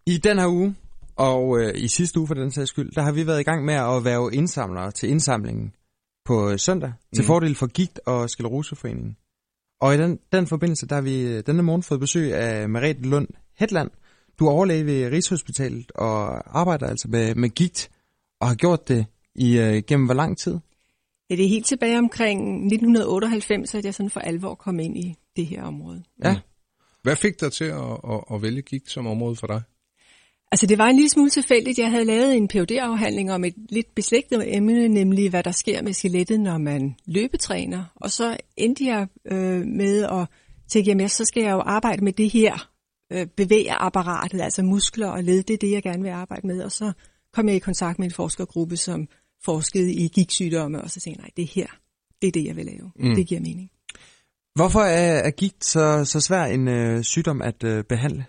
I den her uge, og i sidste uge for den sags skyld, der har vi været i gang med at være indsamlere til indsamlingen på søndag, til fordel for Gigt- og Scleroseforeningen. Og i den forbindelse, der har vi denne morgen fået besøg af Merete Lund Hetland. Du er overlæge ved Rigshospitalet og arbejder altså med gigt, og har gjort det gennem hvor lang tid? Ja, det er helt tilbage omkring 1998, at jeg sådan for alvor kom ind i det her område. Ja. Hvad fik dig til at vælge gigt som område for dig? Altså det var en lille smule tilfældigt. Jeg havde lavet en Ph.D.-afhandling om et lidt beslægtet emne, nemlig hvad der sker med skelettet, når man løbetræner. Og så endte jeg med at tænke, jamen så skal jeg jo arbejde med det her bevægeapparatet, altså muskler og led. Det er det, jeg gerne vil arbejde med. Og så kom jeg i kontakt med en forskergruppe, som forskede i gigtsygdomme, og så tænkte jeg, nej, det er det, jeg vil lave. Det giver mening. Hvorfor er gigt så svær en sygdom at behandle?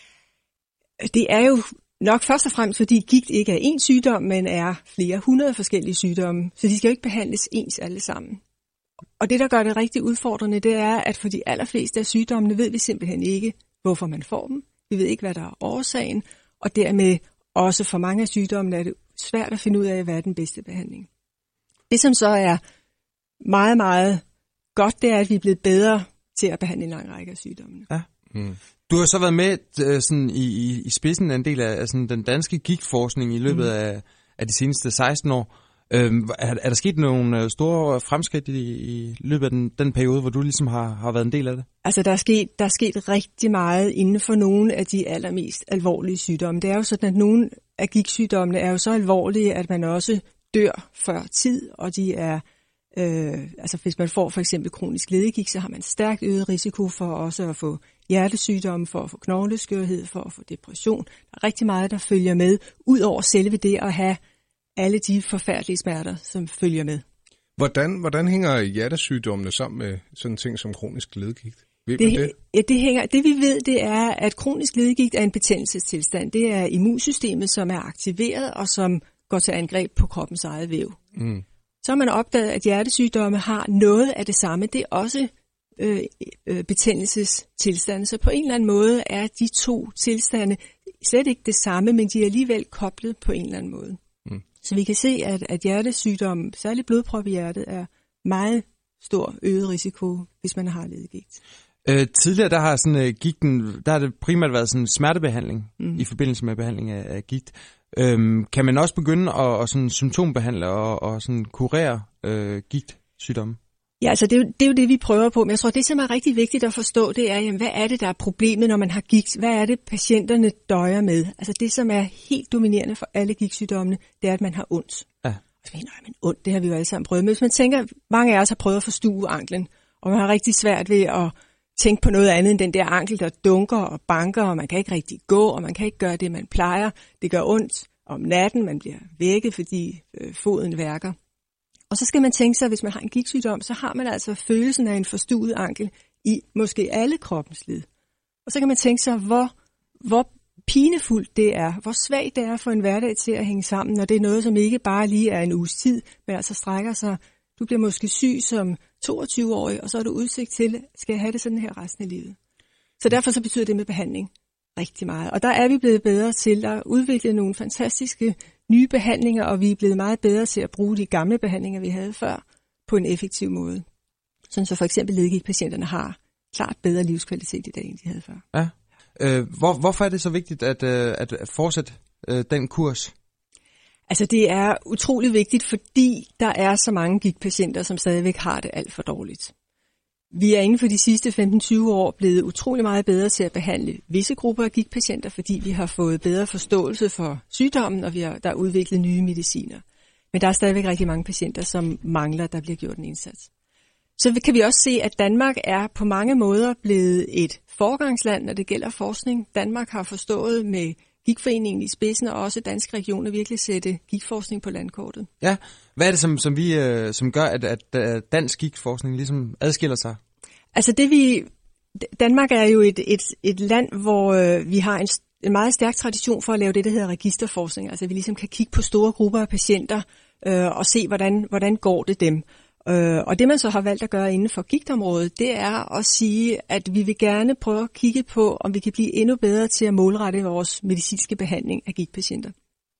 Det er jo nok først og fremmest, fordi gigt ikke er én sygdom, men er flere hundrede forskellige sygdomme, så de skal jo ikke behandles ens alle sammen. Og det, der gør det rigtig udfordrende, det er, at for de allerfleste af sygdommene ved vi simpelthen ikke, hvorfor man får dem. Vi ved ikke, hvad der er årsagen, og dermed også for mange af sygdommene er det svært at finde ud af, hvad er den bedste behandling. Det, som så er meget, meget godt, det er, at vi er blevet bedre til at behandle en lang række af sygdommene. Ja. Du har så været med sådan, i spidsen af en del af sådan, den danske gigtforskning i løbet af de seneste 16 år. Er der sket nogle store fremskridt i løbet af den periode, hvor du ligesom har været en del af det? Altså, der er sket rigtig meget inden for nogle af de allermest alvorlige sygdomme. Det er jo sådan, at nogle af gigtsygdommene er jo så alvorlige, at man også dør før tid, og de er altså hvis man får for eksempel kronisk leddegigt, så har man stærkt øget risiko for også at få hjertesygdomme, for at få knogleskørhed, for at få depression. Der er rigtig meget, der følger med, ud over selve det at have alle de forfærdelige smerter, som følger med. Hvordan hænger hjertesygdommene sammen med sådan en ting som kronisk leddegigt? Ved man det? Ja, det vi ved, det er, at kronisk leddegigt er en betændelsestilstand. Det er immunsystemet, som er aktiveret og som går til angreb på kroppens eget væv. Så har man opdaget, at hjertesygdomme har noget af det samme. Det er også betændelsestilstande. Så på en eller anden måde er de to tilstande slet ikke det samme, men de er alligevel koblet på en eller anden måde. Så vi kan se, at hjertesygdomme, særligt blodprop i hjertet, er meget stor øget risiko, hvis man har leddegigt. Tidligere der har sådan gigten, der har det primært været sådan smertebehandling i forbindelse med behandling af gigt. Kan man også begynde at sådan symptombehandle og sådan kurere gigtsygdomme? Ja, altså det er jo det, vi prøver på. Men jeg tror, det som er rigtig vigtigt at forstå, det er, jamen, hvad er det, der er problemet, når man har gigt? Hvad er det, patienterne døjer med? Altså det, som er helt dominerende for alle gigtsygdommene, det er, at man har ondt. Ja. Og så mener jeg, men ondt, det har vi jo alle sammen prøvet med. Hvis man tænker, mange af os har prøvet at forstue anklen, og man har rigtig svært ved at tænke på noget andet end den der ankel, der dunker og banker, og man kan ikke rigtig gå, og man kan ikke gøre det, man plejer. Det gør ondt om natten, man bliver vækket, fordi foden værker. Og så skal man tænke sig, at hvis man har en gigtsygdom, så har man altså følelsen af en forstuet ankel i måske alle kroppens led. Og så kan man tænke sig, hvor pinefuldt det er, hvor svagt det er for en hverdag til at hænge sammen, når det er noget, som ikke bare lige er en uges tid, men altså strækker sig. Du bliver måske syg som 22-årig, og så er du udsigt til, skal jeg have det sådan her resten af livet. Så derfor så betyder det med behandling rigtig meget. Og der er vi blevet bedre til at udvikle nogle fantastiske nye behandlinger, og vi er blevet meget bedre til at bruge de gamle behandlinger, vi havde før, på en effektiv måde. Sådan så for eksempel leddegigtpatienterne har klart bedre livskvalitet i dag, end de havde før. Ja. Hvorfor er det så vigtigt at fortsætte den kurs? Altså det er utrolig vigtigt, fordi der er så mange gigtpatienter, som stadigvæk har det alt for dårligt. Vi er inden for de sidste 15-20 år blevet utrolig meget bedre til at behandle visse grupper af gigtpatienter, fordi vi har fået bedre forståelse for sygdommen, og der er udviklet nye mediciner. Men der er stadigvæk rigtig mange patienter, som mangler, der bliver gjort en indsats. Så kan vi også se, at Danmark er på mange måder blevet et foregangsland, når det gælder forskning. Danmark har forstået med Gigtforeningen i spidsen, og også danske regioner virkelig sætte gigtforskning på landkortet. Ja, hvad er det, som gør, at dansk gigtforskning ligesom adskiller sig? Altså Danmark er jo et land, hvor vi har en meget stærk tradition for at lave det, der hedder registerforskning. Altså vi ligesom kan kigge på store grupper af patienter og se, hvordan går det dem. Og det man så har valgt at gøre inden for gigtområdet, det er at sige, at vi vil gerne prøve at kigge på, om vi kan blive endnu bedre til at målrette vores medicinske behandling af gigtpatienter.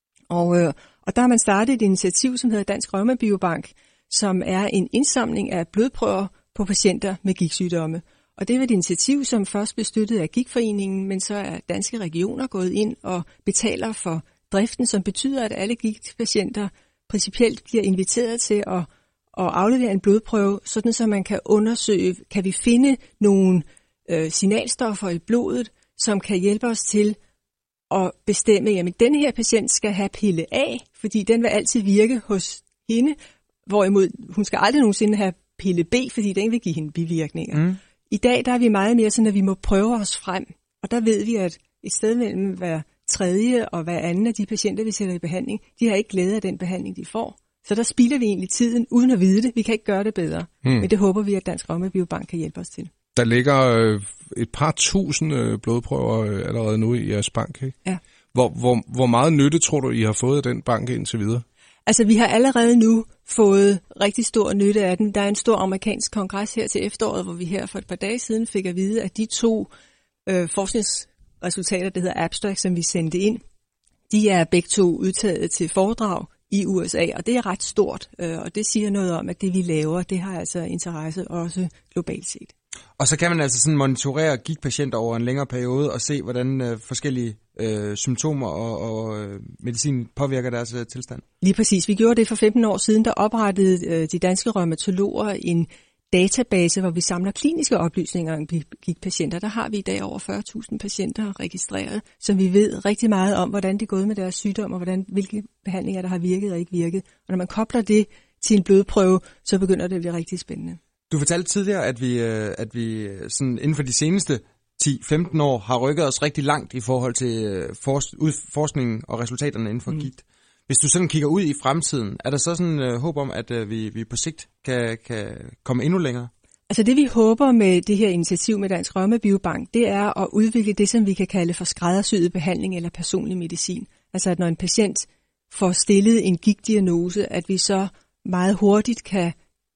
Og der har man startet et initiativ, som hedder Dansk Rheumabiobank, som er en indsamling af blodprøver på patienter med gigtsygdomme. Og det var et initiativ, som først blev støttet af Gigtforeningen, men så er danske regioner gået ind og betaler for driften, som betyder, at alle gigtpatienter principielt bliver inviteret til at aflevere en blodprøve, sådan så man kan undersøge, kan vi finde nogle signalstoffer i blodet, som kan hjælpe os til at bestemme, jamen denne her patient skal have pille A, fordi den vil altid virke hos hende, hvorimod hun skal aldrig nogensinde have pille B, fordi den vil give hende bivirkninger. Mm. I dag der er vi meget mere sådan, at vi må prøve os frem, og der ved vi, at et sted mellem hver tredje og hver anden af de patienter, vi sætter i behandling, de har ikke glæde af den behandling, de får. Så der spilder vi egentlig tiden, uden at vide det. Vi kan ikke gøre det bedre, men det håber vi, at Dansk Rheumabiobank kan hjælpe os til. Der ligger et par tusind blodprøver allerede nu i jeres bank, ikke? Ja. Hvor meget nytte tror du, I har fået af den bank indtil videre? Altså, vi har allerede nu fået rigtig stor nytte af den. Der er en stor amerikansk kongres her til efteråret, hvor vi her for et par dage siden fik at vide, at de 2 forskningsresultater, der hedder abstract, som vi sendte ind, de er begge 2 udtaget til foredrag i USA, og det er ret stort, og det siger noget om, at det vi laver, det har altså interesse også globalt set. Og så kan man altså sådan monitorere gigtpatienter over en længere periode og se, hvordan forskellige symptomer og medicin påvirker deres tilstand. Lige præcis. Vi gjorde det for 15 år siden, der oprettede de danske rheumatologer en database, hvor vi samler kliniske oplysninger om gigtpatienter. Der har vi i dag over 40.000 patienter registreret, så vi ved rigtig meget om, hvordan det er gået med deres sygdom, og hvilke behandlinger, der har virket og ikke virket. Og når man kobler det til en blodprøve, så begynder det at blive rigtig spændende. Du fortalte tidligere, at vi sådan inden for de seneste 10-15 år har rykket os rigtig langt i forhold til forskningen og resultaterne inden for gigt. Hvis du sådan kigger ud i fremtiden, er der så sådan håb om, at vi på sigt kan komme endnu længere? Altså det vi håber med det her initiativ med Dansk Rheumabiobank, det er at udvikle det, som vi kan kalde for skræddersyet behandling eller personlig medicin. Altså at når en patient får stillet en gigtdiagnose, at vi så meget hurtigt kan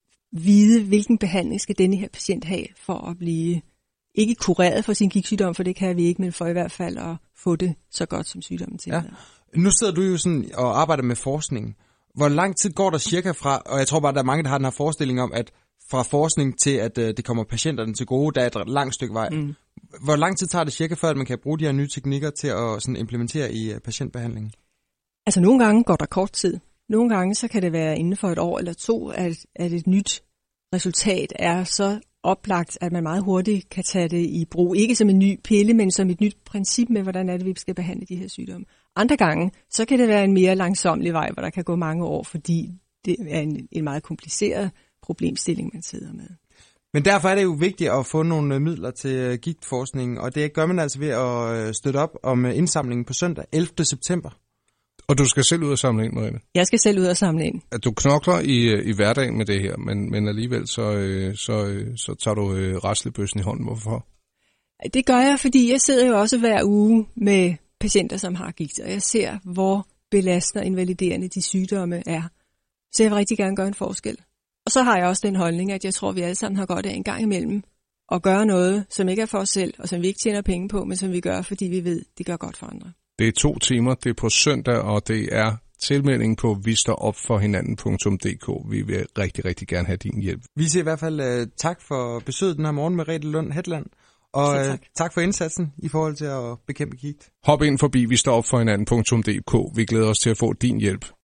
vide, hvilken behandling skal denne her patient have for at blive ikke kureret for sin gigtsygdom, for det kan vi ikke, men for i hvert fald at få det så godt som sygdommen til. Ja. Nu sidder du jo sådan og arbejder med forskning. Hvor lang tid går der cirka fra, og jeg tror bare, der er mange, der har den her forestilling om, at fra forskning til, at det kommer patienterne til gode, der er et langt stykke vej. Mm. Hvor lang tid tager det cirka, før at man kan bruge de her nye teknikker til at sådan implementere i patientbehandlingen? Altså nogle gange går der kort tid. Nogle gange så kan det være inden for 1 år eller 2, at et nyt resultat er så oplagt, at man meget hurtigt kan tage det i brug. Ikke som en ny pille, men som et nyt princip med, hvordan er det, vi skal behandle de her sygdomme. Andre gange, så kan det være en mere langsomlig vej, hvor der kan gå mange år, fordi det er en meget kompliceret problemstilling, man sidder med. Men derfor er det jo vigtigt at få nogle midler til gigtforskning, og det gør man altså ved at støtte op om indsamlingen på søndag 11. september. Og du skal selv ud og samle ind, Marianne? Jeg skal selv ud og samle ind. At du knokler i hverdagen med det her, men alligevel så tager du raslebøssen i hånden. Hvorfor? Det gør jeg, fordi jeg sidder jo også hver uge med patienter, som har gigt, og jeg ser, hvor belastende og invaliderende de sygdomme er. Så jeg vil rigtig gerne gøre en forskel. Og så har jeg også den holdning, at jeg tror, vi alle sammen har godt af en gang imellem at gøre noget, som ikke er for os selv, og som vi ikke tjener penge på, men som vi gør, fordi vi ved, det gør godt for andre. Det er 2 timer, det er på søndag, og det er tilmelding på viståopforhinanden.dk. Vi vil rigtig, rigtig gerne have din hjælp. Vi siger i hvert fald tak for besøget den her morgen med Rete Lund Hetland, og tak for indsatsen i forhold til at bekæmpe gigt. Hop ind forbi viståopforhinanden.dk. Vi glæder os til at få din hjælp.